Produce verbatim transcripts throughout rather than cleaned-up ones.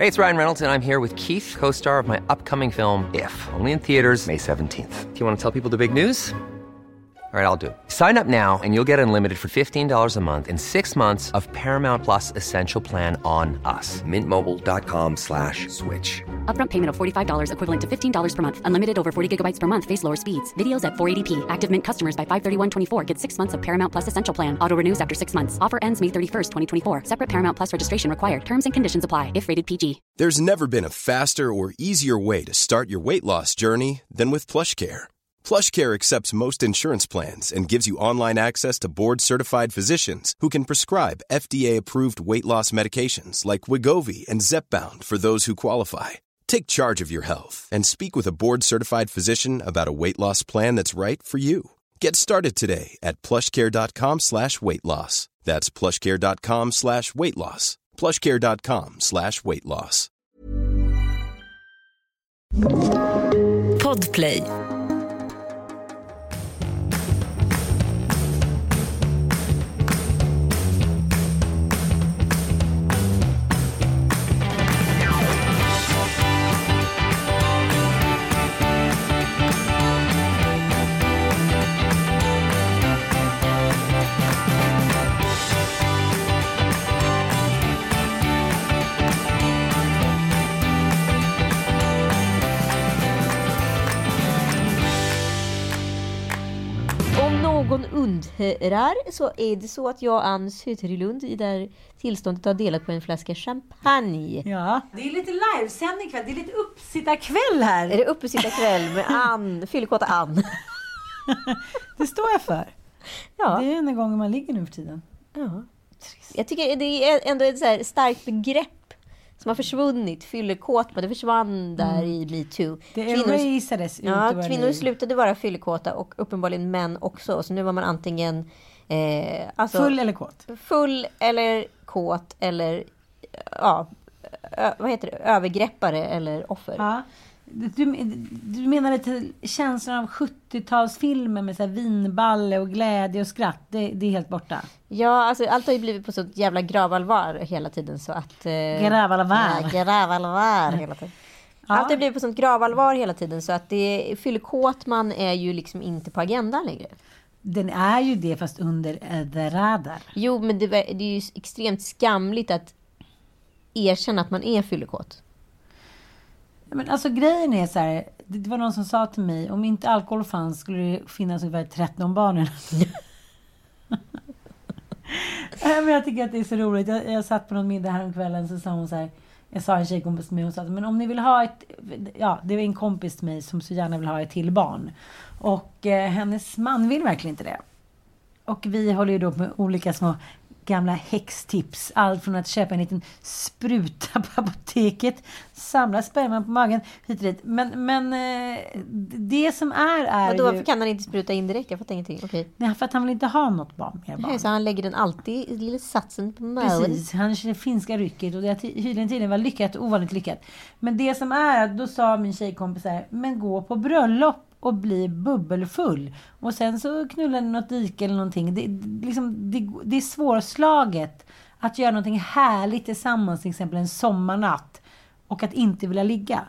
Hey, it's Ryan Reynolds, and I'm here with Keith, co-star of my upcoming film, If, only in theaters May seventeenth. Do you want to tell people the big news? All right, I'll do it. Sign up now and you'll get unlimited for fifteen dollars a month and six months of Paramount Plus Essential Plan on us. Mint Mobile dot com slash switch. Upfront payment of forty-five dollars equivalent to fifteen dollars per month. Unlimited over forty gigabytes per month. Face lower speeds. Videos at four eighty p. Active Mint customers by five thirty-one twenty-four get six months of Paramount Plus Essential Plan. Auto renews after six months. Offer ends May thirty-first, twenty twenty-four. Separate Paramount Plus registration required. Terms and conditions apply if rated P G. There's never been a faster or easier way to start your weight loss journey than with PlushCare. PlushCare accepts most insurance plans and gives you online access to board-certified physicians who can prescribe F D A-approved weight loss medications like Wegovy and Zepbound for those who qualify. Take charge of your health and speak with a board-certified physician about a weight loss plan that's right for you. Get started today at plushcare.com slash weight loss. That's plushcare.com slash weight loss. plushcare.com slash weight loss. Podplay. Någon undrar så är det så att jag och Ann Söderlund i det här tillståndet har delat på en flaska champagne. Ja, det är lite livesändning kväll. Det är lite uppsittarkväll här. Är det uppsittarkväll med Ann, fyllekåta Ann? Det står jag för. Ja. Det är en gång man ligger nu för tiden. Ja. Jag tycker det är ändå ett så här starkt begrepp som har försvunnit. Fyllekåt, det försvann där mm. i MeToo. Det erasades ut. Ja, kvinnor liv. Slutade vara fyllekåta och uppenbarligen män också. Så nu var man antingen eh, alltså, full eller kåt. Full eller kåt eller ja, ö, vad heter det? Övergreppare eller offer. Ja. Du, du menar lite känslan av sjuttiotalsfilmer med så här vinballe och glädje och skratt. Det, det är helt borta. Ja, alltså allt har ju blivit på sånt jävla gravallvar hela tiden så att eh, gravallvar. Ja, gravallvar hela tiden. Ja. Allt har blivit på sånt gravallvar hela tiden så att det fyllekåtman är ju liksom inte på agendan längre. Den är ju det fast under the radar. Jo, men det, det är ju extremt skamligt att erkänna att man är fyllekåt. Men alltså grejen är så här, det var någon som sa till mig, om inte alkohol fanns skulle det finnas ungefär tretton barn. Men jag tycker att det är så roligt. Jag, jag satt på någon middag här om kvällen så sa hon så här, jag sa en tjejkompis till mig och sa men om ni vill ha ett, ja det var en kompis till mig som så gärna vill ha ett till barn. Och eh, hennes man vill verkligen inte det. Och vi håller ju då med olika små gamla häxtips. Allt från att köpa en liten spruta på apoteket, samla sperman på magen, hit och dit. Men, men eh, det som är är och då, ju... Varför kan han inte spruta in direkt? Jag fattar ingenting. Okay. Nej, för att han vill inte ha något barn, mer barn. Nej, så han lägger den alltid i lilla satsen på magen. Precis, han känner finska rycket och det har tydligen tiden var lyckat, ovanligt lyckat. Men det som är, då sa min tjejkompis här, men gå på bröllop och bli bubbelfull. Och sen så knullar ni något dike eller någonting. Det, liksom, det, det är svårslaget att göra någonting härligt tillsammans. Till exempel en sommarnatt. Och att inte vilja ligga.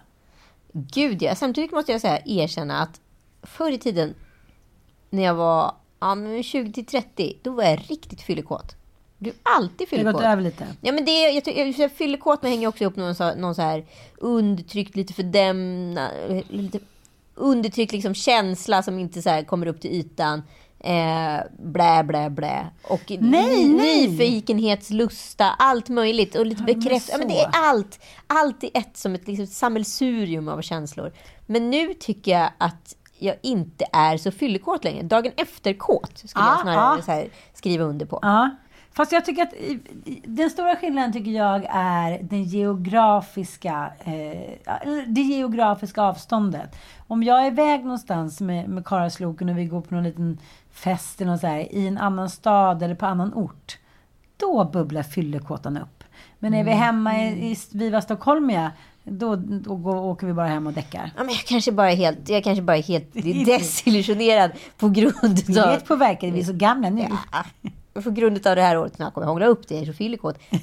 Gud ja. Samtidigt måste jag säga, erkänna att förr i tiden när jag var ja, tjugo till trettio, då var jag riktigt fyllekåt. Du är alltid fyllekåt. Det har gått över lite. Ja, men det, jag, jag, jag fyllekåt med hänger också upp någon så, någon så här undertryckt, lite fördämna, lite undertryckt liksom känsla som inte så här kommer upp till ytan. Eh, blä, blä, blä. Och nej, ny, nej. nyfikenhetslusta, allt möjligt. Och lite bekräftelse. Ja, men det är allt. Allt i ett som ett liksom, sammelsurium av känslor. Men nu tycker jag att jag inte är så fyllekåt längre. Dagen efter kåt skulle ah, jag snarare ah. så här, skriva under på. Ja. Ah. Fast jag tycker att den stora skillnaden tycker jag är den geografiska, eh, det geografiska avståndet. Om jag är iväg någonstans med, med Karlsloken och vi går på någon liten fest eller något så här, i en annan stad eller på annan ort, då bubblar fyllekåtan upp. Men är vi hemma i, i Viva Stockholm, då, då går, åker vi bara hem och däckar. Ja, men jag kanske bara är helt, jag kanske bara är helt desillusionerad på grund av... Vi är på verket, vi är så gamla nu. Ja. på grund av det här året, jag kommer hångla upp det, jag är så fyllekåt. Eh,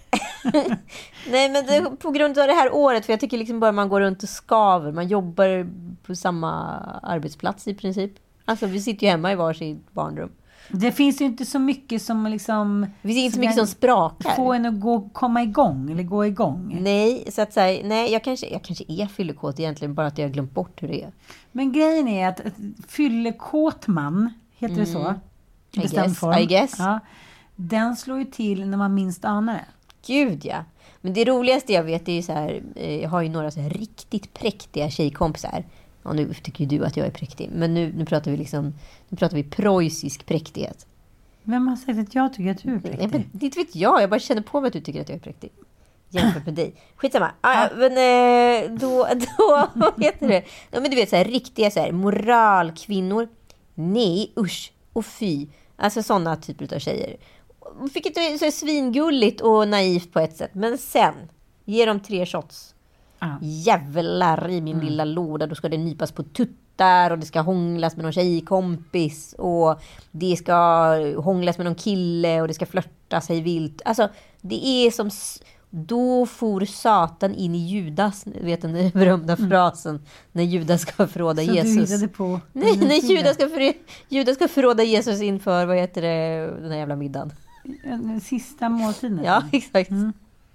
Nej, men det, på grund av det här året, för jag tycker liksom bara man går runt och skaver. Man jobbar på samma arbetsplats i princip. Alltså vi sitter ju hemma i varsitt barnrum. Det finns ju inte så mycket som liksom... Det finns inte så mycket som sprakar. Få en att gå, komma igång eller gå igång. Nej, så att säga, nej, jag kanske, jag kanske är fyllekåt egentligen, bara att jag har glömt bort hur det är. Men grejen är att fyllekåt man, heter mm. det så? I guess, form. I guess. Ja, den slår ju till när man minst anar det. Gud, ja. Men det roligaste jag vet är ju så här, jag har ju några så här riktigt präktiga tjejkompisar. Ja, nu tycker ju du att jag är präktig. Men nu, nu pratar vi liksom, nu pratar vi preussisk präktighet. Vem har sagt att jag tycker att du är präktig? Nej, men det inte vet jag. Jag bara känner på mig att du tycker att jag är präktig. Jämfört med dig. Skitsamma. Ah, men eh, då, då, vad heter det? Ja, men du vet så här, riktiga så här, moralkvinnor. Nej, usch och fy. Alltså sådana typer av tjejer. Vilket är så svingulligt och naivt på ett sätt. Men sen, ge dem tre shots. Ah. Jävlar i min mm. lilla låda. Då ska det nypas på tuttar. Och det ska hånglas med någon tjejkompis. Och det ska hånglas med någon kille. Och det ska flörta sig vilt. Alltså, det är som... Då for Satan in i Judas. Vet den berömda mm. frasen. När Judas ska förråda så Jesus. Du på. Nej, när Judas ska, för, Judas ska förråda Jesus inför, vad heter det, den här jävla middagen. Den sista måltiden. Ja, exakt. Mm.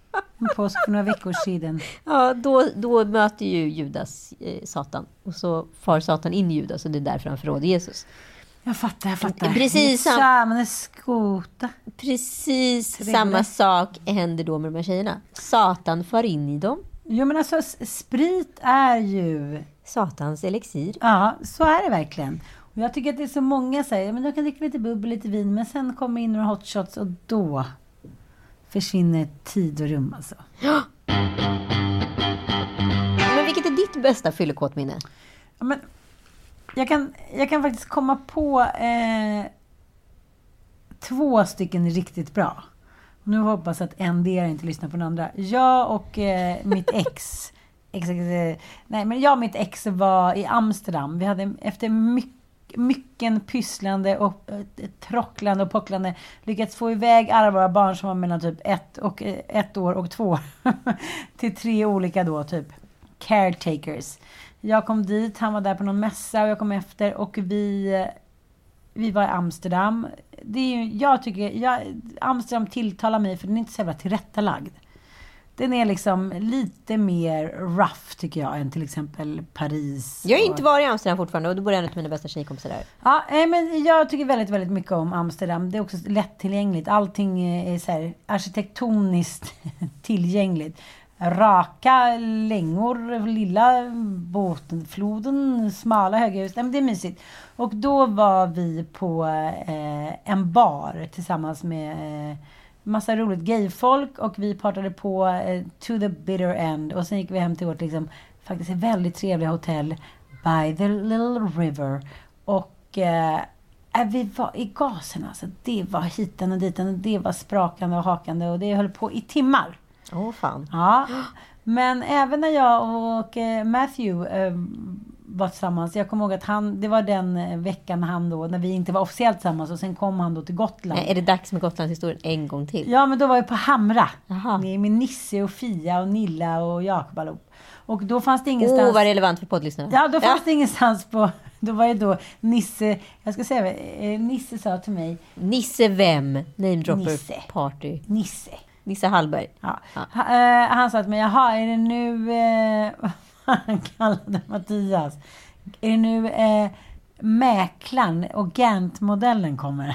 Påsk för några veckor sedan. Ja, då, då möter ju Judas eh, Satan. Och så far Satan in i Judas. Och det är därför han förråder Jesus. Jag fattar, jag fattar. Precis, sam- skota. Precis samma sak händer då med de här tjejerna. Satan far in i dem. Jo, men alltså sprit är ju... Satans elixir. Ja, så är det verkligen. Och jag tycker att det är så många säger, men de kan dricka lite bubbel, lite vin. Men sen kommer in några hot shots och då försvinner tid och rum alltså. Ja. Men vilket är ditt bästa fyllekåtminne? Ja, men jag kan, jag kan faktiskt komma på eh, två stycken riktigt bra. Och nu hoppas jag att en del inte lyssnar på den andra. Jag och eh, mitt ex, ex eh, nej, men jag och mitt ex var i Amsterdam. Vi hade efter mycket mycket pysslande och äh, trocklande och pocklande lyckats få iväg alla våra barn som var mellan typ ett, och, äh, ett år och två till tre olika då typ caretakers. Jag kom dit, han var där på någon mässa och jag kom efter och vi vi var i Amsterdam. Det är ju, jag tycker jag, Amsterdam tilltalar mig för den är inte så jävla tillrättalagd. Den är liksom lite mer rough tycker jag än till exempel Paris. Jag har inte varit i Amsterdam fortfarande och då bor jag en av mina bästa tjejkompisar där. Ja, men jag tycker väldigt, väldigt mycket om Amsterdam. Det är också lättillgängligt. Allting är så här arkitektoniskt tillgängligt. Raka längor, lilla båten, floden, smala höga hus. Nej, men det är mysigt. Och då var vi på eh, en bar tillsammans med... Eh, massa roligt gayfolk och vi partade på eh, to the bitter end och sen gick vi hem till vårt liksom faktiskt väldigt trevliga hotell by the little river och eh, vi var i gasen alltså, det var hitan och ditan och det var sprakande och hakande och det höll på i timmar. Åh oh, fan. Ja, men även när jag och eh, Matthew eh, var tillsammans. Jag kommer ihåg att han, det var den veckan han då, när vi inte var officiellt tillsammans och sen kom han då till Gotland. Nej, är det dags med Gotlands historien en gång till? Ja, men då var vi på Hamra. Jaha. Med Nisse och Fia och Nilla och Jakob allop. Och då fanns det ingenstans... Åh, oh, vad relevant för poddlyssnarna. Ja, då fanns ja. det ingenstans på... Då var det då Nisse... Jag ska säga, eh, Nisse sa till mig... Nisse vem? Name dropper Nisse. Party. Nisse. Nisse Hallberg. Ja. ja. Ha, eh, han sa till mig, jaha, är det nu... Eh, han kallade Mattias... Är det nu eh, mäklaren och Gant-modellen kommer?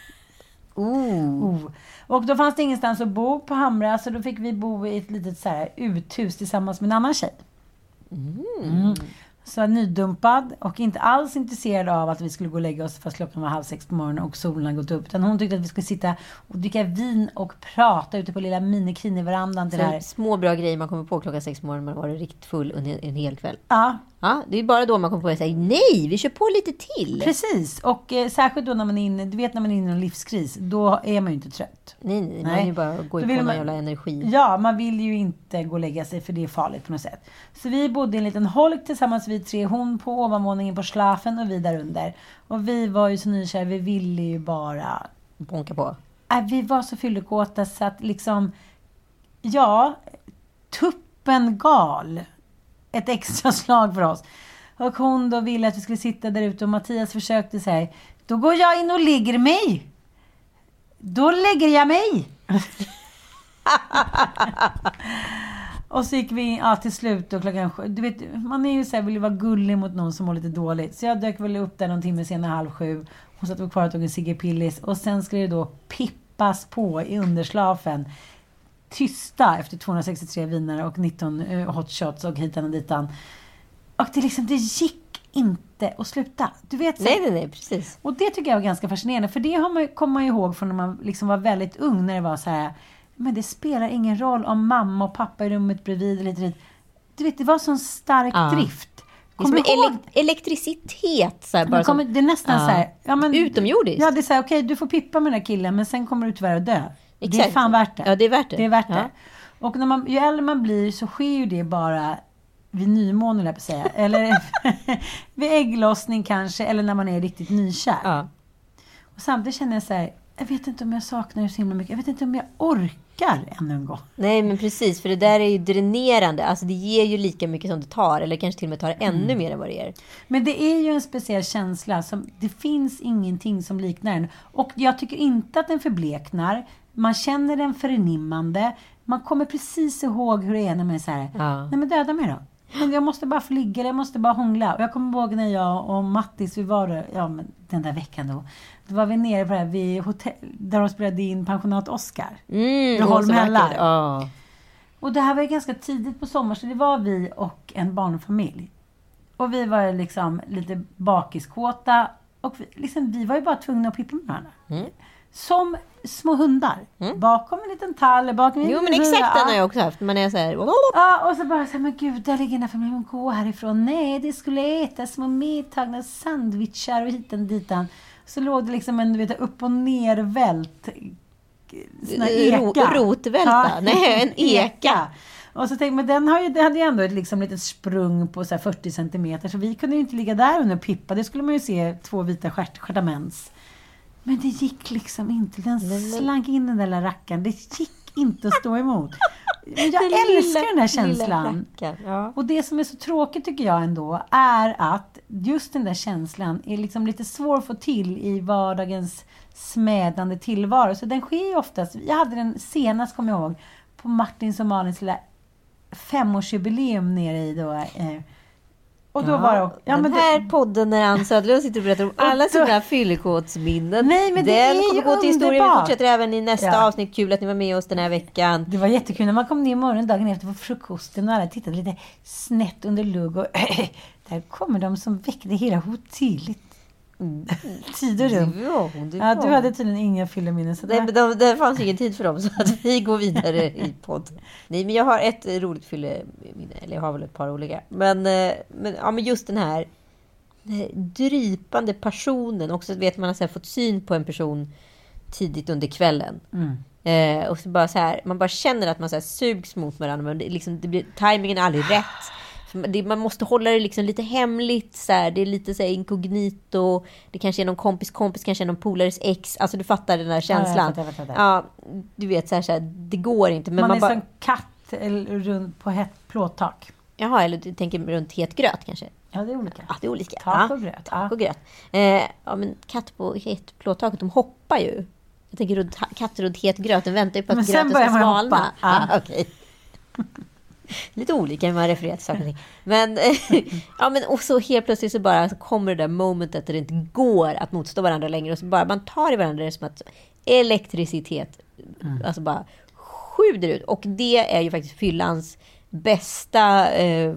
Oh. oh. Och då fanns det ingenstans att bo på Hamra. Så då fick vi bo i ett litet så här, uthus tillsammans med en annan tjej. Mm. Mm. Så nydumpad och inte alls intresserad av att vi skulle gå och lägga oss fast klockan var halv sex på morgonen och solen hade gått upp. Utan hon tyckte att vi skulle sitta och dricka vin och prata ute på lilla minikini-verandan till det här. Små bra grejer man kommer på klockan sex på morgonen, man var riktigt full under en hel kväll. Ja. Ja, det är bara då man kommer på att säga nej, vi kör på lite till. Precis, och eh, särskilt då när man är inne, du vet när man är inne i en livskris, då är man ju inte trött. Nej, nej, man är ju bara gå på någon man, jävla energi. Ja, man vill ju inte gå och lägga sig för det är farligt på något sätt. Så vi bodde i en liten holk tillsammans, vi tre, hon på ovanvåningen på Schlafen och vi där under. Och vi var ju så nykära, vi ville ju bara bonka på. Äh, vi var så fyllekåta så att liksom, ja, tuppen gal. Ett extra slag för oss. Och hon då ville att vi skulle sitta där ute och Mattias försökte säga, då går jag in och lägger mig. Då lägger jag mig. Och så gick vi in, ja, till slut och klockan sju. Du vet, man är ju så här, vill ju vara gullig mot någon som mår lite dåligt. Så jag dök väl upp där någon timme senare, halv sju. Hon satt kvar och tog en Sigge Pillis. Och sen skulle det då pippas på i underslafen. Tysta efter tvåhundrasextiotre viner och nitton uh, hot shots och hitan och ditan. Och det liksom, det gick inte att sluta. Du vet så. Nej, nej, nej, precis. Och det tycker jag var ganska fascinerande. För det har man, kommer man ihåg från när man liksom var väldigt ung. När det var så här, men det spelar ingen roll om mamma och pappa i rummet bredvid eller lite. Du vet, det var sån stark ja. drift. Det är som ele- elektricitet. Så här, bara kommer, som, det är nästan ja. så här. Ja, men, utomjordiskt. Ja, det är så här, okej, okay, du får pippa med den här killen. Men sen kommer du tyvärr att dö. Exakt. Det är fan värt det. Ja, det är värt det. Det är värt ja. det. Och när man, ju äldre man blir så sker ju det bara vid nymån, eller på att säga. Eller vid ägglossning kanske. Eller när man är riktigt nykär. Ja. Och samtidigt känner jag så här, jag vet inte om jag saknar det så himla mycket. Jag vet inte om jag orkar ännu en gång. Nej, men precis. För det där är ju dränerande. Alltså det ger ju lika mycket som det tar. Eller kanske till och med tar ännu mm. mer än vad det ger. Men det är ju en speciell känsla. Som, det finns ingenting som liknar den. Och jag tycker inte att den förbleknar. Man känner den förnimmande. Man kommer precis ihåg hur det är när man är så här. Ja. Nej, men döda mig då. Men jag måste bara få ligga, jag måste bara hångla. Och jag kommer ihåg när jag och Mattis, vi var där, ja, men den där veckan då. Då var vi nere på det här vid hotell, där de spelade in pensionat Oscar. Mm, Holmhällar. Ja. Och det här var ju ganska tidigt på sommar, så det var vi och en barnfamilj. Och vi var liksom lite bakiskåta. Och vi, liksom, vi var ju bara tvungna att pippa med varandra. Mm. Som små hundar. Mm. Bakom en liten tall. Bakom en jo, men exakt den har jag också haft. Man är så här. Ja, och så bara så här, men gud, där ligger den här familjen. Gå härifrån. Nej, det skulle äta små medtagna sandwichar och hitan ditan. Så låg det liksom en, du vet, upp och ner vält. Såna eka. Rotvälta. Ja, nej, en eka. Och så tänkte man, den har ju, det hade ju ändå ett liksom litet sprung på så här fyrtio centimeter. Så vi kunde ju inte ligga där under pippa. Det skulle man ju se två vita stjärt, stjärtamens. Men det gick liksom inte. Den slank in den där lilla rackaren. Det gick inte att stå emot. Men jag den älskar lilla, den här känslan. Ja. Och det som är så tråkigt tycker jag ändå är att just den där känslan är liksom lite svår att få till i vardagens smädande tillvaro. Så den sker ju oftast. Jag hade den senast, kommer jag ihåg, på Martins och Malins lilla femårsjubileum nere i då... Eh, Och då ja, var det, ja, den men här det, podden när Ann Söderlund sitter och berättar om alla sina fyllekåtsminnen. Nej, men det den är kommer ju gå till historien. Vi fortsätter även i nästa ja. avsnitt. Kul att ni var med oss den här veckan. Det var jättekul när man kom ner morgonen dagen efter på frukosten och alla tittade lite snett under lugg. Och där kommer de som väckte hela hotellet. Mm. Tid och rum. Du, ja, du, ja, du hade tydligen inga fylleminnen. Nej, men de, det fanns ingen tid för dem så att vi går vidare i podd. Nej, men jag har ett roligt fylleminne. Eller jag har väl ett par olika. Men, men, ja, men just den här, den här drypande passionen. Också vet man har så här fått syn på en person tidigt under kvällen. Mm. Eh, och så bara så här, man bara känner att man så här sugs mot varandra. Men det, liksom, det blir, timingen är aldrig rätt. Det, man måste hålla det liksom lite hemligt så här. Det är lite så här inkognito. Det kanske är någon kompis kompis, kanske är någon polares ex. Alltså du fattar den här känslan. Ja, jag fattar, jag fattar. Ja, du vet så här, så här, det går inte. Men man, man är bara... som katt eller runt på ett plåttak. Jaha, eller du tänker runt het gröt kanske. Ja, det är olika. Ja, det är olika. Tak och ja, gröt. Tak och gröt. Eh, ja, men katt på het plåttaket, de hoppar ju. Jag tänker runt, katt runt het gröt, den väntar ju på att gröten ska svalna. Ja, ja okej. Okay. Lite olika när man refererar till saker och ting. Men, ja, men och så helt plötsligt så bara så kommer det där momentet där det inte går att motstå varandra längre. Och så bara man tar i varandra som att elektricitet mm. alltså bara sjuder ut. Och det är ju faktiskt fyllans bästa eh,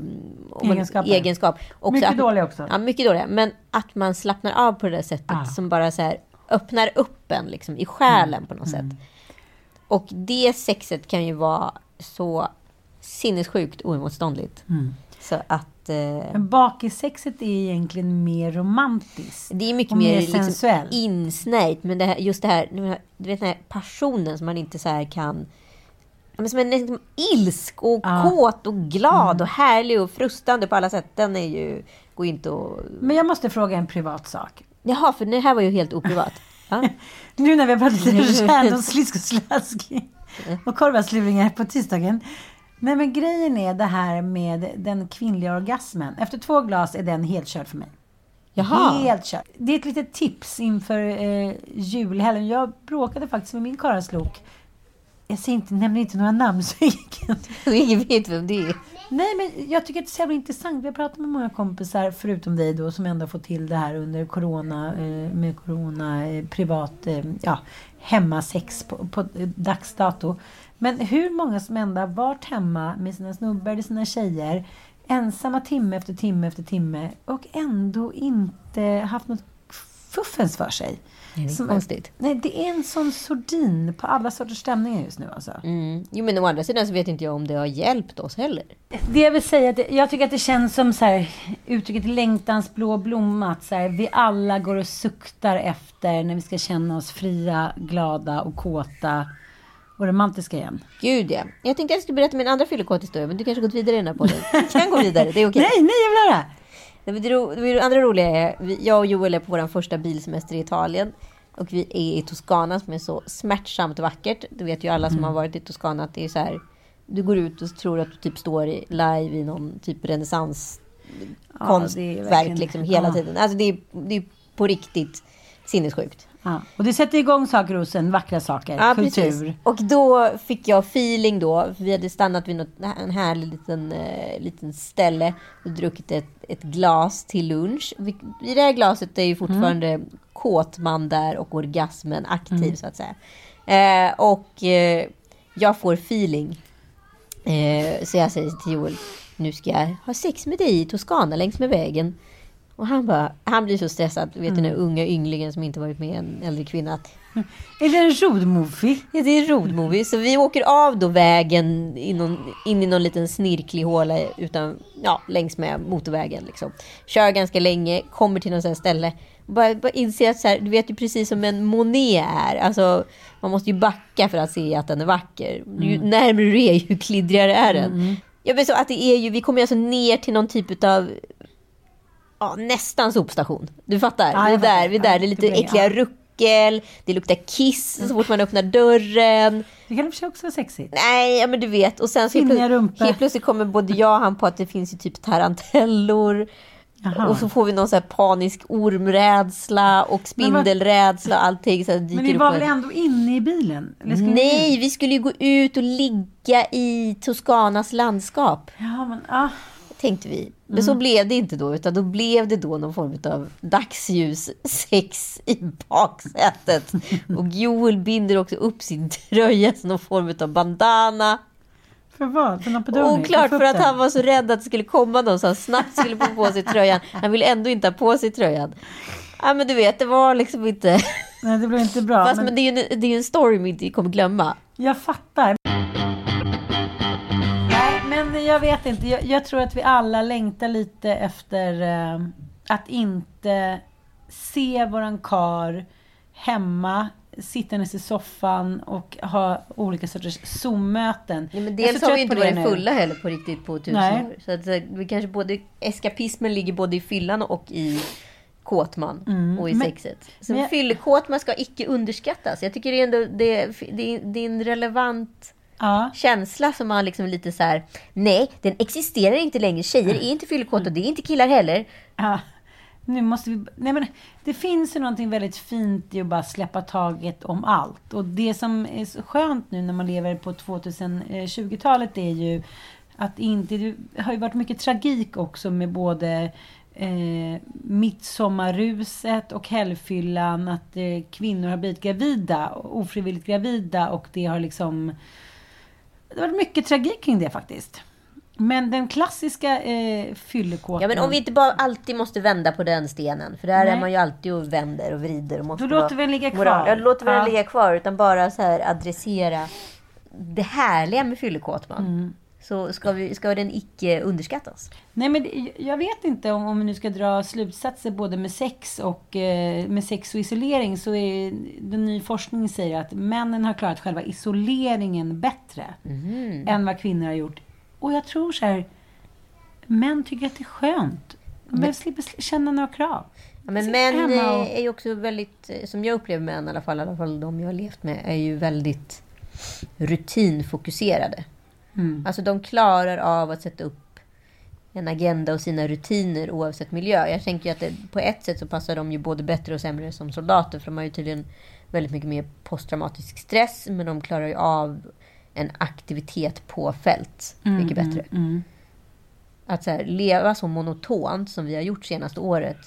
egenskap. Också mycket att, dålig också. Ja, mycket dålig. Men att man slappnar av på det där sättet ah. som bara så här öppnar upp en liksom, i själen mm. på något mm. sätt. Och det sexet kan ju vara så sinnessjukt oemotståndligt. Mm. Så att... Eh, Men bakisexet är egentligen mer romantiskt. Det är mycket mer, mer liksom insnäjt. Men det här, just det här, du vet den här passionen som man inte så här kan... Men som är liksom ilsk och ja. kåt och glad mm. och härlig och frustande på alla sätt. Den är ju... Går inte att... Men jag måste fråga en privat sak. Jaha, för det här var ju helt oprivat. Ja. Nu när vi har pratat lite kärn och sliskoslask och korvasluringar på tisdagen. Nej, men grejen är det här med den kvinnliga orgasmen. Efter två glas är den helt körd för mig. Jaha. Helt kört. Det är ett litet tips inför eh, julhelgen. Jag bråkade faktiskt med min karlslok. Jag säger inte, nämner inte några namn så ingen. Ingen vet vem det är. Nej, men jag tycker att det är så jävla intressant. Vi har pratat med många kompisar, förutom dig då, som ändå har fått till det här under corona, eh, med corona, eh, privat, eh, ja, hemmasex på, på dagsdato. Men hur många som ändå har varit hemma med sina snubbar eller sina tjejer, ensamma timme efter timme efter timme, och ändå inte haft något fuffens för sig. Nej, det är som, konstigt. Nej, det är en sån sordin på alla sorters stämningar just nu alltså. Mm. Jo, men å andra sidan så vet inte jag om det har hjälpt oss heller. Det jag vill säga, att jag tycker att det känns som så här, uttrycket längtans blå blomma, att så här, vi alla går och suktar efter när vi ska känna oss fria, glada och kåta och romantiska igen. Gud ja. Jag tänkte att jag skulle berätta min andra fyllekåthistoria, men du kanske gått vidare i den här podden. Jag kan gå vidare, det är okej. Nej, nej, jag vill höra. Det, ro, det andra roliga är, vi, jag och Joel är på vår första bilsemester i Italien. Och vi är i Toscana som är så smärtsamt vackert. Du vet ju alla som mm. har varit i Toscana att det är så här. Du går ut och tror att du typ står live i någon typ renässans ja, konstverk liksom hela ja. tiden. Alltså det är, det är på riktigt sinnessjukt. Ja. Och det sätter igång saker hos en, vackra saker, ja, kultur. Precis. Och då fick jag feeling då. Vi hade stannat vid något, en härlig liten, uh, liten ställe och druckit ett, ett glas till lunch. Vi, I det här glaset är ju fortfarande mm. kåtman där och orgasmen aktiv mm. så att säga. Eh, och eh, jag får feeling. Eh, så jag säger till Joel, nu ska jag ha sex med dig i Toscana längs med vägen. Och han bara, han blir så stressad. Du vet mm. den här unga ynglingen som inte varit med en äldre kvinna. Är det en roadmovie? Ja, det är en roadmovie. Så vi åker av då vägen in, någon, in i någon liten snirklig håla utan, ja, längs med motorvägen liksom. Kör ganska länge, kommer till någon sån här ställe. Bara, bara inser att så här, du vet ju precis som en Monet är. Alltså, man måste ju backa för att se att den är vacker. Mm. Ju närmare du är, ju klidrigare är den. Mm. Jag vet så att det är ju, vi kommer alltså ner till någon typ av ja, nästan sopstation. Du fattar? Ja, vi är där, vi är där. Det är lite det äckliga ja. ruckel. Det luktar kiss så fort man öppnar dörren. Det kan också vara sexigt. Nej, ja, men du vet. Och sen så helt, plötsligt, helt plötsligt kommer både jag och han på att det finns ju typ tarantellor. Jaha. Och så får vi någon så här panisk ormrädsla och spindelrädsla och allting. Så här dyker men vi var upp väl ändå inne i bilen? Eller nej, vi, vi skulle ju gå ut och ligga i Toscanas landskap. Ja, men ah. tänkte vi. Men mm. så blev det inte då, utan då blev det då någon form av dagsljus sex i baksätet. Och Joel binder också upp sin tröja som någon form av bandana. För vad? För någon oklart, för att han var så rädd att det skulle komma någon så han snabbt skulle få på sig tröjan. Han ville ändå inte ha på sig tröjan. Ja, men du vet, det var liksom inte... Nej, det blev inte bra. Fast men... Men det är ju en, det är ju en story vi inte kommer glömma. Jag fattar. Nej, men jag vet inte. Jag, jag tror att vi alla längtar lite efter eh, att inte se våran kar hemma, sittandes i soffan och ha olika sorters Zoom-möten. Ja, men dels har vi inte varit fulla heller på riktigt på tusen Nej. år. Så att vi kanske både, eskapismen ligger både i fyllan och i kåtman mm. och i men, sexet. Så jag... fyllekåtman ska icke underskattas. Jag tycker det är, ändå, det, det, det är en relevant ja. känsla som man liksom lite så här: nej, den existerar inte längre. Tjejer är inte fyllekåta och det är inte killar heller. Ja. Nu måste vi... Nej, men det finns ju någonting väldigt fint i att bara släppa taget om allt. Och det som är så skönt nu när man lever på tjugohundratjugotalet är ju att inte... Det har ju varit mycket tragik också med både eh, midsommarruset och helgfyllan. Att eh, kvinnor har blivit gravida, ofrivilligt gravida, och det har liksom... Det har varit mycket tragik kring det faktiskt. Men den klassiska eh, fyllekåtan... Ja, men om vi inte bara alltid måste vända på den stenen. För där Nej. är man ju alltid och vänder och vrider. Och måste då låter vi den ligga kvar. Ja, då låter vi ja. den ligga kvar. Utan bara så här adressera det härliga med fyllekåtman. Mm. Så ska, vi, ska den icke underskattas. Nej, men jag vet inte om, om vi nu ska dra slutsatser både med sex och eh, med sex och isolering. Så är den ny forskning säger att männen har klarat själva isoleringen bättre mm. än vad kvinnor har gjort. Och jag tror så här, män tycker att det är skönt. De behöver slippa känna några krav. Ja, men män och... är ju också väldigt, som jag upplever män i alla fall, i alla fall de jag har levt med, är ju väldigt rutinfokuserade. Mm. Alltså de klarar av att sätta upp en agenda och sina rutiner oavsett miljö. Jag tänker att det, på ett sätt så passar de ju både bättre och sämre som soldater, för de har ju tydligen väldigt mycket mer posttraumatisk stress, men de klarar ju av en aktivitet på fält mm, mycket bättre. Mm, mm. Att så här, leva så monotont som vi har gjort senaste året,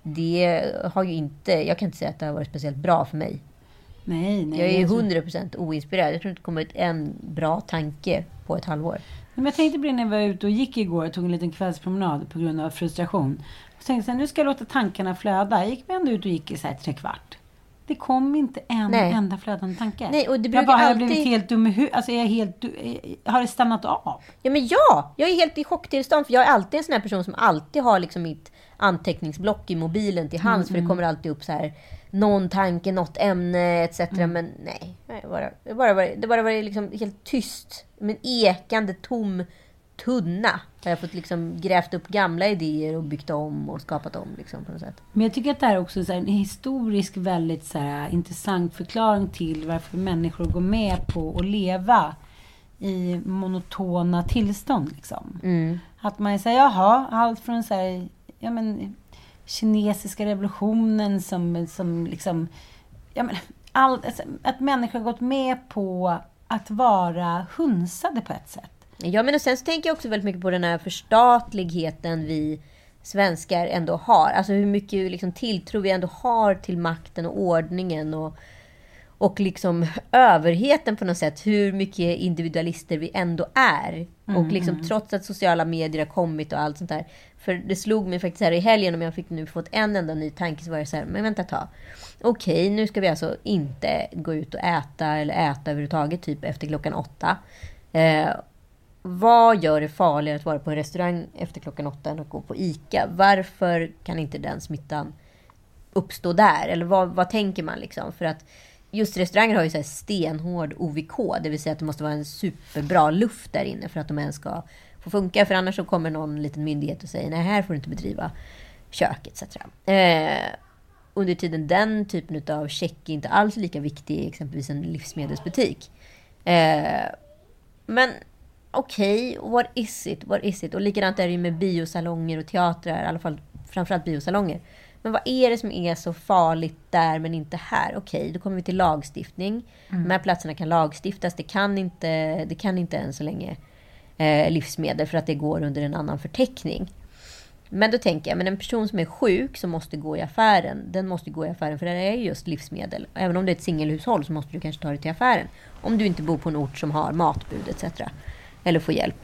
det har ju inte, jag kan inte säga att det har varit speciellt bra för mig. Nej, nej, jag är ju hundra procent oinspirerad. Jag tror inte det kommer ut en bra tanke på ett halvår. Men jag tänkte på det när jag var ute och gick igår och tog en liten kvällspromenad på grund av frustration. Jag tänkte så här, nu ska jag låta tankarna flöda. Jag gick ändå ut och gick i så här tre kvart. Det kom inte en Nej. enda flödande tanke. Nej, och det jag bara, alltid... har blivit helt dum i huvudet. Alltså, är jag helt, har det stannat av? Ja, men ja! Jag är helt i chocktillstånd. För jag är alltid en sån här person som alltid har liksom mitt anteckningsblock i mobilen till hands. Mm, för det kommer alltid upp så här någon tanke, något ämne, et cetera. Mm. Men nej, det bara, det bara var, det bara var liksom helt tyst. Men ekande, tom tunna. Har jag fått liksom grävt upp gamla idéer och byggt om och skapat om liksom, på något sätt. Men jag tycker att det här är också så här, en historisk väldigt så här, intressant förklaring till varför människor går med på att leva i monotona tillstånd liksom. Mm. Att man säger, jaha, allt från så här, ja men kinesiska revolutionen som, som liksom, ja men all, alltså, att människor har gått med på att vara hunsade på ett sätt. Ja, men och sen så tänker jag också väldigt mycket på den här förstatligheten vi svenskar ändå har. Alltså hur mycket liksom tilltro vi ändå har till makten och ordningen och, och liksom överheten på något sätt. Hur mycket individualister vi ändå är. Mm, och liksom mm. trots att sociala medier har kommit och allt sånt där. För det slog mig faktiskt här i helgen, om jag fick nu fått en enda ny tanke, så var jag så här, men vänta ta. Okej, nu ska vi alltså inte gå ut och äta eller äta överhuvudtaget typ efter klockan åtta. Eh, Vad gör det farligare att vara på en restaurang efter klockan åtta än att gå på ICA? Varför kan inte den smittan uppstå där? Eller vad, vad tänker man liksom? För att just restauranger har ju så här stenhård O V K. Det vill säga att det måste vara en superbra luft där inne för att de ens ska få funka. För annars så kommer någon liten myndighet och säger, nej, här får du inte bedriva kök et cetera. Eh, under tiden den typen av check är inte alls lika viktig i exempelvis en livsmedelsbutik. Eh, men okej, okay, what is it? What is it? Och likadant är det ju med biosalonger och teatrar, i alla fall framförallt biosalonger. Men vad är det som är så farligt där men inte här? Okej, okay, då kommer vi till lagstiftning. Mm. De här platserna kan lagstiftas. Det kan inte, det kan inte än så länge eh, livsmedel för att det går under en annan förteckning. Men då tänker jag, men en person som är sjuk som måste gå i affären, den måste gå i affären för det är just livsmedel. Även om det är ett singelhushåll så måste du kanske ta det till affären. Om du inte bor på en ort som har matbud et cetera. Eller få hjälp.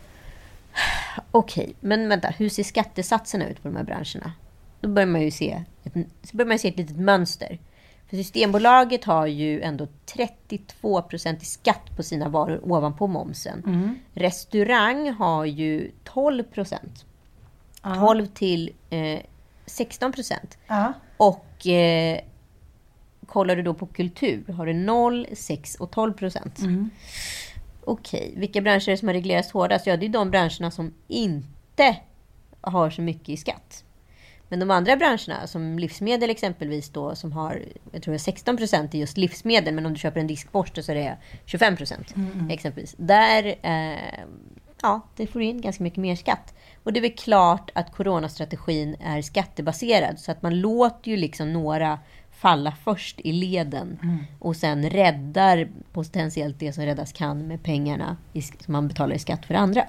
Okej, okay, men vänta, hur ser skattesatserna ut på de här branscherna? Då börjar man ju se ett, så börjar man se ett litet mönster. För Systembolaget har ju ändå trettiotvå procent i skatt på sina varor ovanpå momsen. Mm. Restaurang har ju tolv procent. Uh-huh. tolv till eh, sexton procent. Uh-huh. Och eh, kollar du då på kultur har du noll, sex och tolv procent. Mm. Okej, vilka branscher är det som har reglerats hårdast? Ja, det är de branscherna som inte har så mycket i skatt. Men de andra branscherna, som livsmedel exempelvis då, som har, jag tror det är sexton procent i just livsmedel, men om du köper en diskborste så är det tjugofem procent mm. exempelvis. Där, eh, ja, det får in ganska mycket mer skatt. Och det är väl klart att coronastrategin är skattebaserad, så att man låter ju liksom några falla först i leden mm. och sen räddar potentiellt det som räddas kan med pengarna som man betalar i skatt för andra.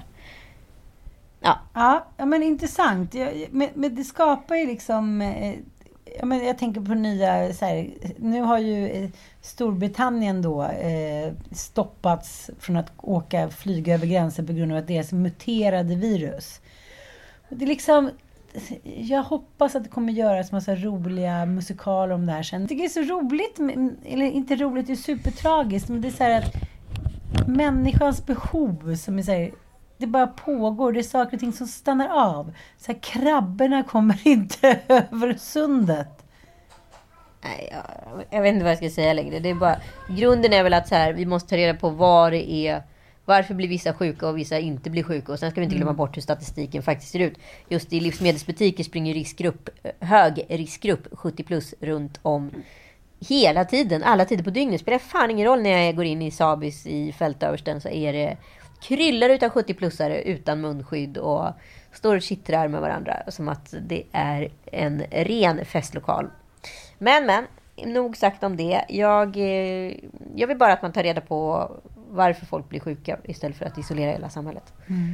Ja, ja, ja men intressant. Jag, men, men det skapar ju liksom... Eh, ja, men jag tänker på nya... Så här, nu har ju eh, Storbritannien då eh, stoppats från att åka flyga över gränsen på grund av att det är så muterade virus. Det är liksom... Jag hoppas att det kommer göras massa roliga musikaler om det här sen. Jag tycker det är så roligt, eller inte roligt, det är supertragiskt, men det är så här att människans behov som är så här, det bara pågår, det är saker och ting som stannar av. Så här, krabborna kommer inte över sundet. Nej, jag, jag vet inte vad jag ska säga längre. Det är bara, grunden är väl att så här, vi måste ta reda på vad det är Varför blir vissa sjuka och vissa inte blir sjuka? Och sen ska vi inte glömma bort hur statistiken faktiskt ser ut. Just i livsmedelsbutiker springer riskgrupp, hög riskgrupp sjuttio plus runt om hela tiden. Alla tider på dygnet. Spelar fan ingen roll när jag går in i Sabis i fältöversten, så är det kryllar utav sjuttio-plussare utan munskydd och står och kittrar med varandra. Som att det är en ren festlokal. Men, men. Nog sagt om det. Jag, jag vill bara att man tar reda på varför folk blir sjuka istället för att isolera hela samhället. Mm.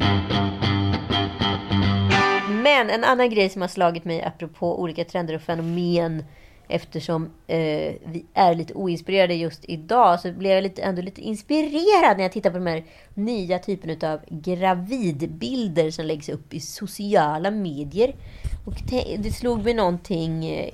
Men en annan grej som har slagit mig apropå olika trender och fenomen, eftersom eh, vi är lite oinspirerade just idag, så blev jag lite, ändå lite inspirerad när jag tittar på de här nya typen av gravidbilder som läggs upp i sociala medier. Och det, det slog mig någonting eh,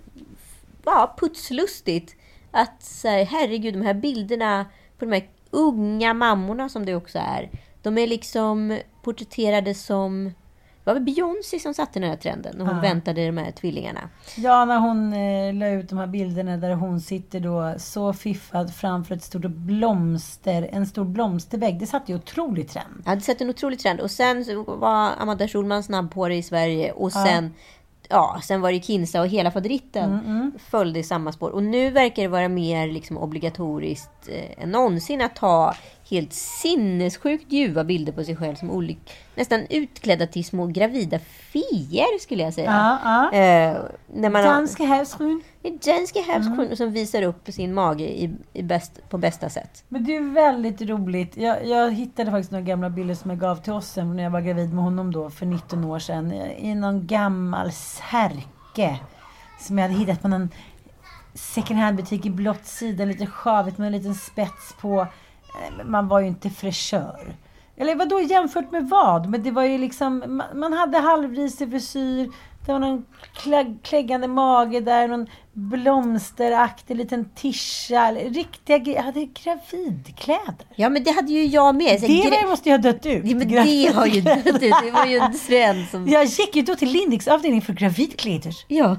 ja, putslustigt att så här, herregud, de här bilderna på de här unga mammorna som det också är, de är liksom porträtterade som, det var väl Beyoncé som satte den här trenden när hon ja. väntade de här tvillingarna. Ja, när hon eh, la ut de här bilderna där hon sitter då så fiffad framför ett stort blomster, en stor blomstervägg. Det satte ju otroligt trend. Ja, det satte en otrolig trend. Och sen var Amanda Schulman snabb på det i Sverige. Och sen, ja. Ja, sen var det Kinsa och hela favoriten mm, mm. följde i samma spår. Och nu verkar det vara mer liksom obligatoriskt eh, än någonsin att ta helt sinnessjukt ljuva bilder på sig själv som olika, nästan utklädda till små gravida feer skulle jag säga. Ja, ja. Eh, när man danska havsfrun. Danska havsfrun mm. som visar upp sin mage i, i bäst, på bästa sätt. Men det är väldigt roligt. Jag, jag hittade faktiskt några gamla bilder som jag gav till oss när jag var gravid med honom då för nitton år sedan. I någon gammal särke som jag hade hittat på någon second hand butik i blått sida. Lite sjavigt med en liten spets på. Man var ju inte fräschör. Eller vad då jämfört med vad? Men det var ju liksom, man hade halvrisig frisyr. Det var någon klägg, kläggande mage där. Någon blomsteraktig liten tischa. Riktiga grejer. Jag hade gravidkläder. Ja, men det hade ju jag med. Så det gra- måste ju ha dött ut. Ja, men det har ju dött ut. Det var ju en trend som... Jag gick ju då till Lindex avdelning för gravidkläder. Ja.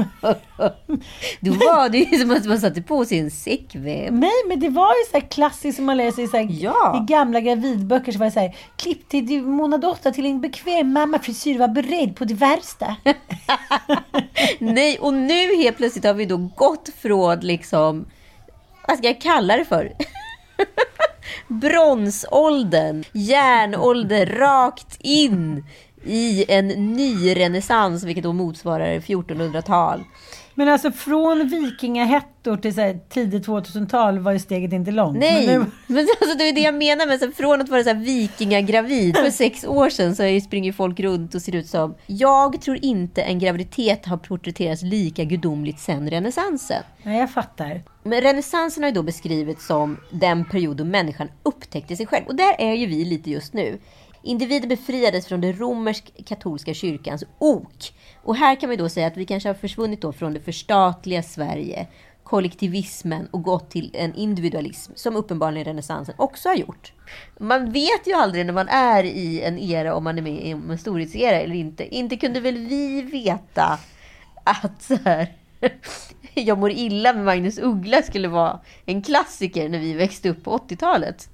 Då var det ju som att man satte på sig en säckväv. Nej, men det var ju så här klassiskt som man läser i, så här, ja. i gamla gravidböcker. Så var det så här, klipp till månad åtta till en bekväm mammafrisyr, var beredd på det värsta. Nej, och nu helt plötsligt har vi då gått från liksom, vad ska jag kalla det för? Bronsåldern, järnålder, rakt in i en ny renässans, vilket då motsvarar fjortonhundratal. Men alltså från vikingahettor till så här, tidigt tvåtusental var ju steget inte långt. Nej, men, nu... men alltså, det är det jag menar. Men så från att vara så här vikingagravid för sex år sedan så springer folk runt och ser ut som... Jag tror inte en graviditet har porträtterats lika gudomligt sedan renässansen. Nej, jag fattar. Men renässansen har ju då beskrivits som den period då människan upptäckte sig själv. Och där är ju vi lite just nu. Individer befriades från det romersk-katolska kyrkans ok. Och här kan man då säga att vi kanske har försvunnit då från det förstatliga Sverige, kollektivismen och gått till en individualism som uppenbarligen renässansen också har gjort. Man vet ju aldrig när man är i en era om man är med i en storhetsera eller inte. Inte kunde väl vi veta att så här, Jag mår illa med Magnus Uggla skulle vara en klassiker när vi växte upp på åttiotalet.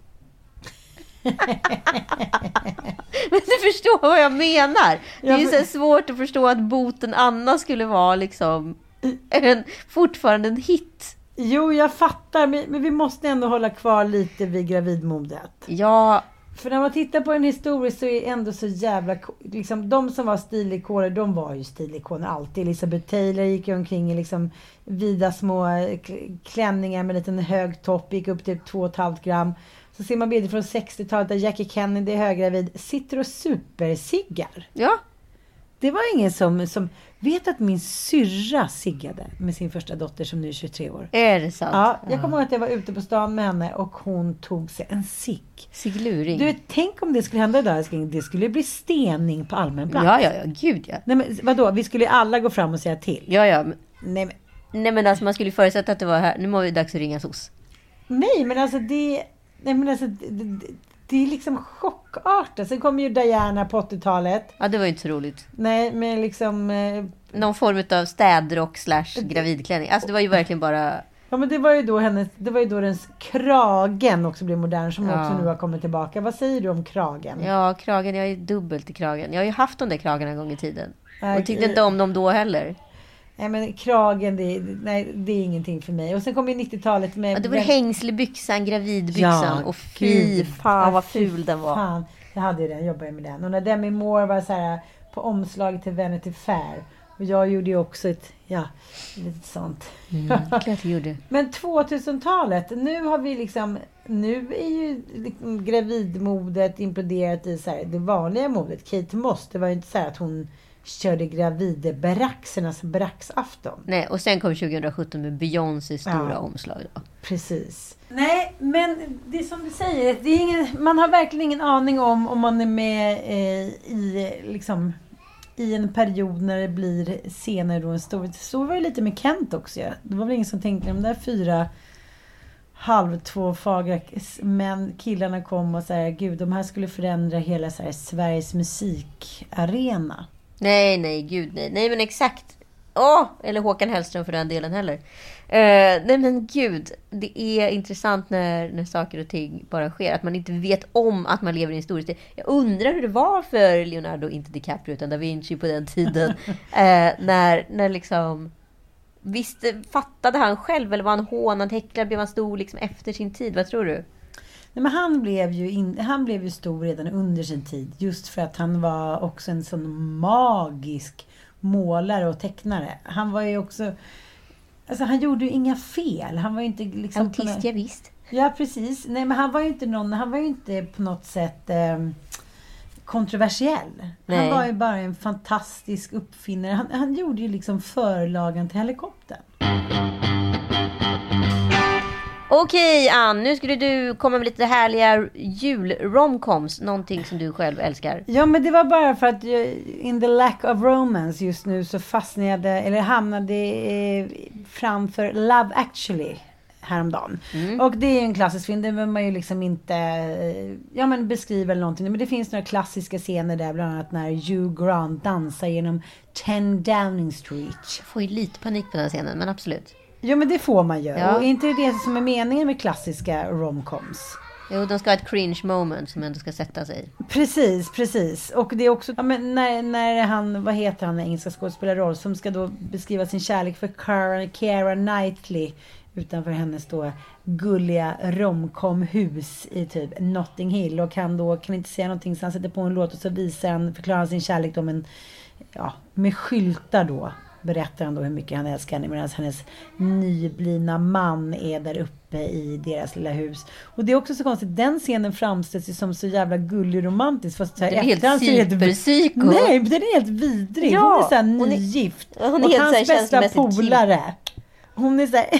Men du förstår vad jag menar. Det är ju så svårt att förstå att Boten Anna skulle vara liksom en, fortfarande en hit. Jo, jag fattar, men, men vi måste ändå hålla kvar lite vid gravidmodet. Ja. För när man tittar på en historia så är ändå så jävla... Liksom, de som var stilikoner, de var ju stilikoner alltid. Elizabeth Taylor gick omkring i liksom vida små klänningar med en liten hög topp. Gick upp till två och ett halvt gram. Så ser man bilder från sextiotalet där Jackie Kennedy är höggravid. Sitter och supersiggar. Ja. Det var ingen som... som vet att min syrra siggade med sin första dotter som nu är tjugotre år. Är det sant? Ja, jag kommer ihåg att jag var ute på stan med henne och hon tog sig en cigg. Ciggluring. Du vet, tänk om det skulle hända idag. Det skulle bli stening på allmän plats. Ja, ja, ja, gud ja. Nej, men vadå? Vi skulle alla gå fram och säga till. Ja, ja. Men... Nej, men... Nej, men alltså man skulle förutsätta att det var här. Nu må det dags att ringa S O S. Nej, men alltså det... Nej, men alltså... Det, det, det är liksom chockartat. Sen kom ju Diana på åttiotalet. Ja, det var ju inte så roligt. Nej, men liksom... Eh... Någon form av städrock slash gravidklänning. Alltså det var ju verkligen bara... Ja, men det var ju då hennes, det var ju då den kragen också blev modern som Ja. också nu har kommit tillbaka. Vad säger du om kragen? Ja, kragen. Jag är dubbelt i kragen. Jag har ju haft de där kragarna en gång i tiden. Nej, Och tyckte inte om dem då heller. Nej, men kragen, det, är- nej, det är ingenting för mig. Och sen kom ju nittiotalet med... Ja, det var hängslebyxan, gravidbyxan. Ja, och fy gud. fan vad Ja, fy ful den var. Fan, jag hade ju den, jag jobbade med den. Och när Demi Moore var så här på omslaget till Vanity Fair. Och jag gjorde ju också ett, ja, lite sånt. Mm, klart jag gjorde. Men tvåtusentalet, nu har vi liksom, nu är ju liksom gravidmodet imploderat i så här, det vanliga modet. Kate Moss, det var ju inte så här att hon körde gravidbraxernas braxafton. Nej, och sen kom tjugohundrasjutton med Beyoncés stora Ja. omslag. Då. Precis. Nej, men det är som du säger, det är ingen, man har verkligen ingen aning om om man är med eh, i liksom i en period när det blir senare då en stor. Så var det lite med Kent också. Ja. Det var väl ingen som tänkte de där fyra halv två fagra män, killarna kom och sa gud, de här skulle förändra hela så här, Sveriges musikarena. Nej, nej, gud nej. Nej, men exakt. Åh, eller Håkan Hellström för den delen heller. Eh, nej, men gud. Det är intressant när, när saker och ting bara sker. Att man inte vet om att man lever i en historisk tid. Jag undrar hur det var för Leonardo, inte DiCaprio, utan Da Vinci på den tiden. eh, när, när liksom... Visst, fattade han själv? Eller var han hånad, häcklad? Blev han stor liksom efter sin tid? Vad tror du? Nej, men han blev ju in, han blev ju stor redan under sin tid. Just för att han var också en sån magisk målare och tecknare. Han var ju också... Alltså han gjorde ju inga fel. Han var ju inte liksom... Autist, ja, visst. Ja, precis. Nej, men han var ju inte någon... Han var ju inte på något sätt eh, kontroversiell. Nej. Han var ju bara en fantastisk uppfinnare. Han, han gjorde ju liksom förlagen till helikoptern. Okej, Ann, nu skulle du komma med lite härliga jul-romcoms. Någonting som du själv älskar. Ja, men det var bara för att jag, in the lack of romance just nu så fastnade, eller hamnade eh, framför Love Actually häromdagen. Mm. Och det är en klassisk film, det behöver man ju liksom inte eh, ja, men beskriva eller någonting. Men det finns några klassiska scener där, bland annat när Hugh Grant dansar genom ten Downing Street. Jag får ju lite panik på den scenen, men absolut. Jo, men det får man ju. Ja. Och inte det som är meningen med klassiska romcoms. Jo, de ska ha ett cringe moment som ändå ska sätta sig. Precis, precis. Och det är också, ja, men när, när han, vad heter han, engelska skådespelarroll, som ska då beskriva sin kärlek för Keira, Keira Knightley utanför hennes då gulliga romcom-hus i typ Notting Hill, och han då kan inte säga någonting, så han sätter på en låt och så visar han, förklarar han sin kärlek då, men ja, med skyltar då berättar han då hur mycket han älskar henne, medan hennes nyblivna man är där uppe i deras lilla hus. Och det är också så konstigt, den scenen framställs ju som så jävla gullig och romantisk, fast så här, det är helt superpsyko. Nej, den är helt vidrig. Ja, hon är så här hon är- nygift. hon är och helt hans så här bästa känslomässigt polare. Hon är så här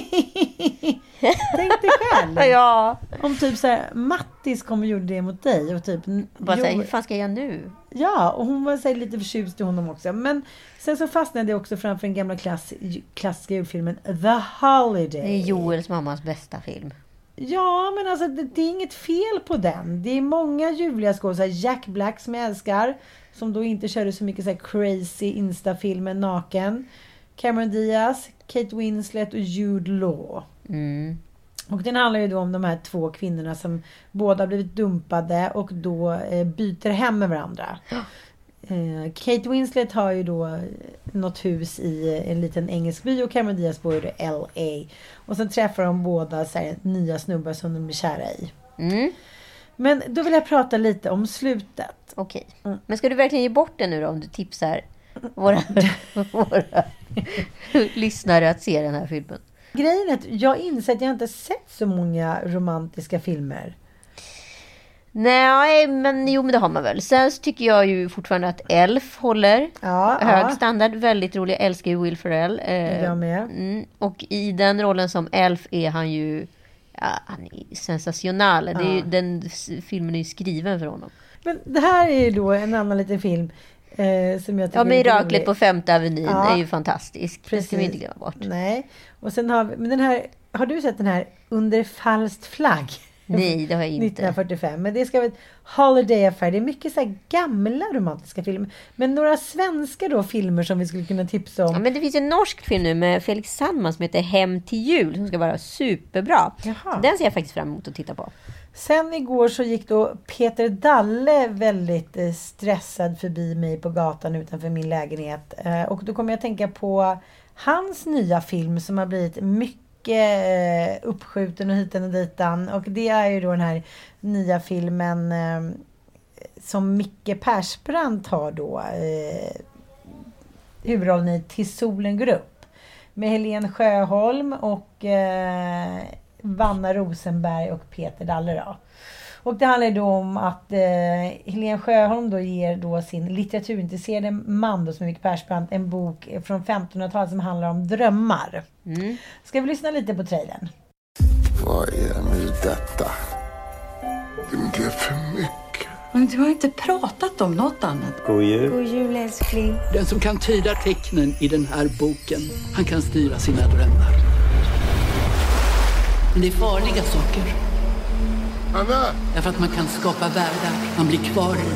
tänk dig själv. Ja. Om typ så här Mattis kom och gjorde det mot dig och typ Bara jo- säga, hur fan ska jag göra nu? Ja, och hon var så här lite förtjust i honom också. Men sen så fastnade jag också framför den gamla klass, klassiska julfilmen The Holiday. Det är Joels mammas bästa film. Ja, men alltså det, det är inget fel på den. Det är många ljuvliga skådespelare. Jack Black som jag älskar, som då inte körde så mycket så här crazy Insta-filmer naken. Cameron Diaz, Kate Winslet och Jude Law. Mm. Och den handlar ju då om de här två kvinnorna som båda blivit dumpade och då eh, byter hem med varandra. Eh, Kate Winslet har ju då något hus i en liten engelsk by och Cameron Diaz bor i L A. Och sen träffar de båda så här, nya snubbar som de är kära i. Mm. Men då vill jag prata lite om slutet. Okej. Men ska du verkligen ge bort den nu då, om du tipsar våra, våra lyssnare att se den här filmen? Grejen är att jag inser att jag inte sett så många romantiska filmer. Nej, men jo, men det har man väl. Sen så tycker jag ju fortfarande att Elf håller Ja, hög ja. standard. Väldigt rolig. Jag älskar ju Will Ferrell. Eh, Jag med. Mm, och i den rollen som Elf är han ju ja, han är sensationell. Det är ju, Ja. den s- filmen är ju skriven för honom. Men det här är ju då en annan liten film eh, som jag tycker Ja, är Miraklet rolig. på Femte Avenyn Ja. är ju fantastisk. Det ska vi inte glömma bort. Nej. Och sen har vi, men den här, har du sett den här Under falskt flagg? Nej, det har jag inte. nittonhundrafyrtiofem. Men det ska vara ett Holiday Affair. Det är mycket så här gamla romantiska filmer. Men några svenska då filmer som vi skulle kunna tipsa om. Ja, men det finns en norsk film nu med Felix Sandman som heter Hem till jul. Som ska vara superbra. Så den ser jag faktiskt fram emot att titta på. Sen igår så gick då Peter Dalle väldigt eh, stressad förbi mig på gatan utanför min lägenhet. Eh, och då kommer jag att tänka på hans nya film som har blivit mycket eh, uppskjuten och hitan och ditan. Och det är ju då den här nya filmen eh, som Micke Persbrandt har då. Eh, huvudrollen i Till solen går upp. Med Helene Sjöholm och... Eh, Vanna Rosenberg och Peter Dalle då. Och det handlar då om att eh, Helene Sjöholm då ger då sin litteraturintresserade man då, som Micke Persbrandt, en bok från femtonhundratalet som handlar om drömmar. Mm. Ska vi lyssna lite på trailern? Vad är nu detta? Det är för mycket. Men du har inte pratat om något annat. God jul. God jul, älskling. Den som kan tyda tecknen i den här boken, han kan styra sina drömmar. Men det är farliga saker. Anna! Därför att man kan skapa världar. Man blir kvar i.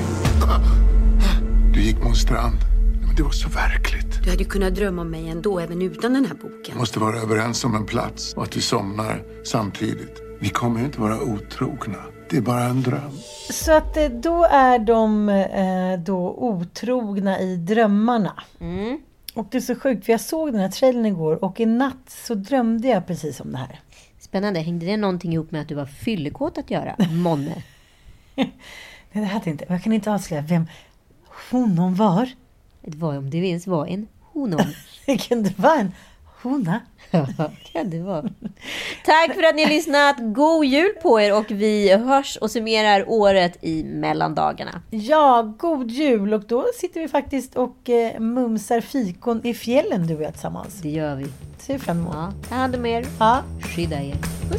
Du gick mot strand. Men det var så verkligt. Du hade kunnat drömma om mig ändå, även utan den här boken. Vi måste vara överens om en plats och att vi somnar samtidigt. Vi kommer ju inte vara otrogna. Det är bara en dröm. Så att då är de eh, då otrogna i drömmarna. Mm. Och det är så sjukt, för jag såg den här trailern igår och i natt så drömde jag precis om det här. Spännande. Hängde det någonting ihop med att du var fyllekåt att göra? Månne. Nej, det hade inte. Jag kan inte avslöja vem honom var. Det var om det ens var en honom. Det kan det vara en hona. Ja, kan det vara. Tack för att ni har lyssnat. God jul på er och vi hörs och summerar året i mellandagarna. Ja, god jul. Och då sitter vi faktiskt och eh, mumsar fikon i fjällen, du och jag tillsammans. Det gör vi. Ser fram emot. Ja, ta hand om er. Ja. Skydda er. Puss.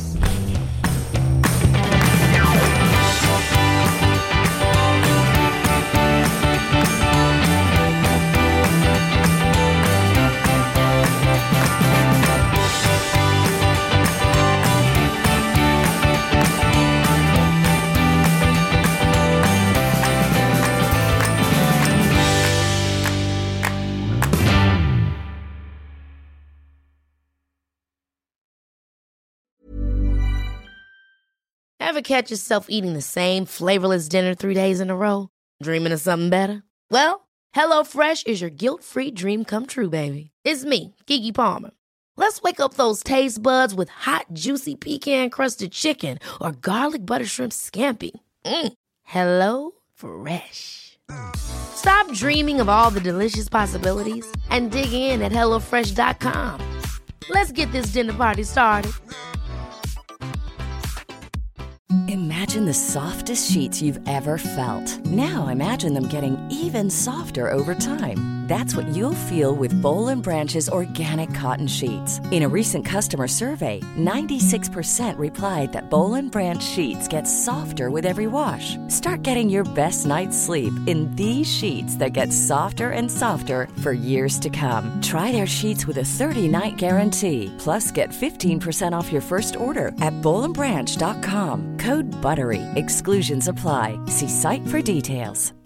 Ever catch yourself eating the same flavorless dinner three days in a row? Dreaming of something better? Well, HelloFresh is your guilt-free dream come true, baby. It's me, Keke Palmer. Let's wake up those taste buds with hot, juicy pecan-crusted chicken or garlic butter shrimp scampi. Mm. Hello Fresh. Stop dreaming of all the delicious possibilities and dig in at hello fresh dot com. Let's get this dinner party started. Imagine the softest sheets you've ever felt. Now imagine them getting even softer over time. That's what you'll feel with Boll and Branch's organic cotton sheets. In a recent customer survey, ninety-six percent replied that Boll and Branch sheets get softer with every wash. Start getting your best night's sleep in these sheets that get softer and softer for years to come. Try their sheets with a thirty-night guarantee. Plus, get fifteen percent off your first order at boll and branch dot com. Code BUTTERY. Exclusions apply. See site for details.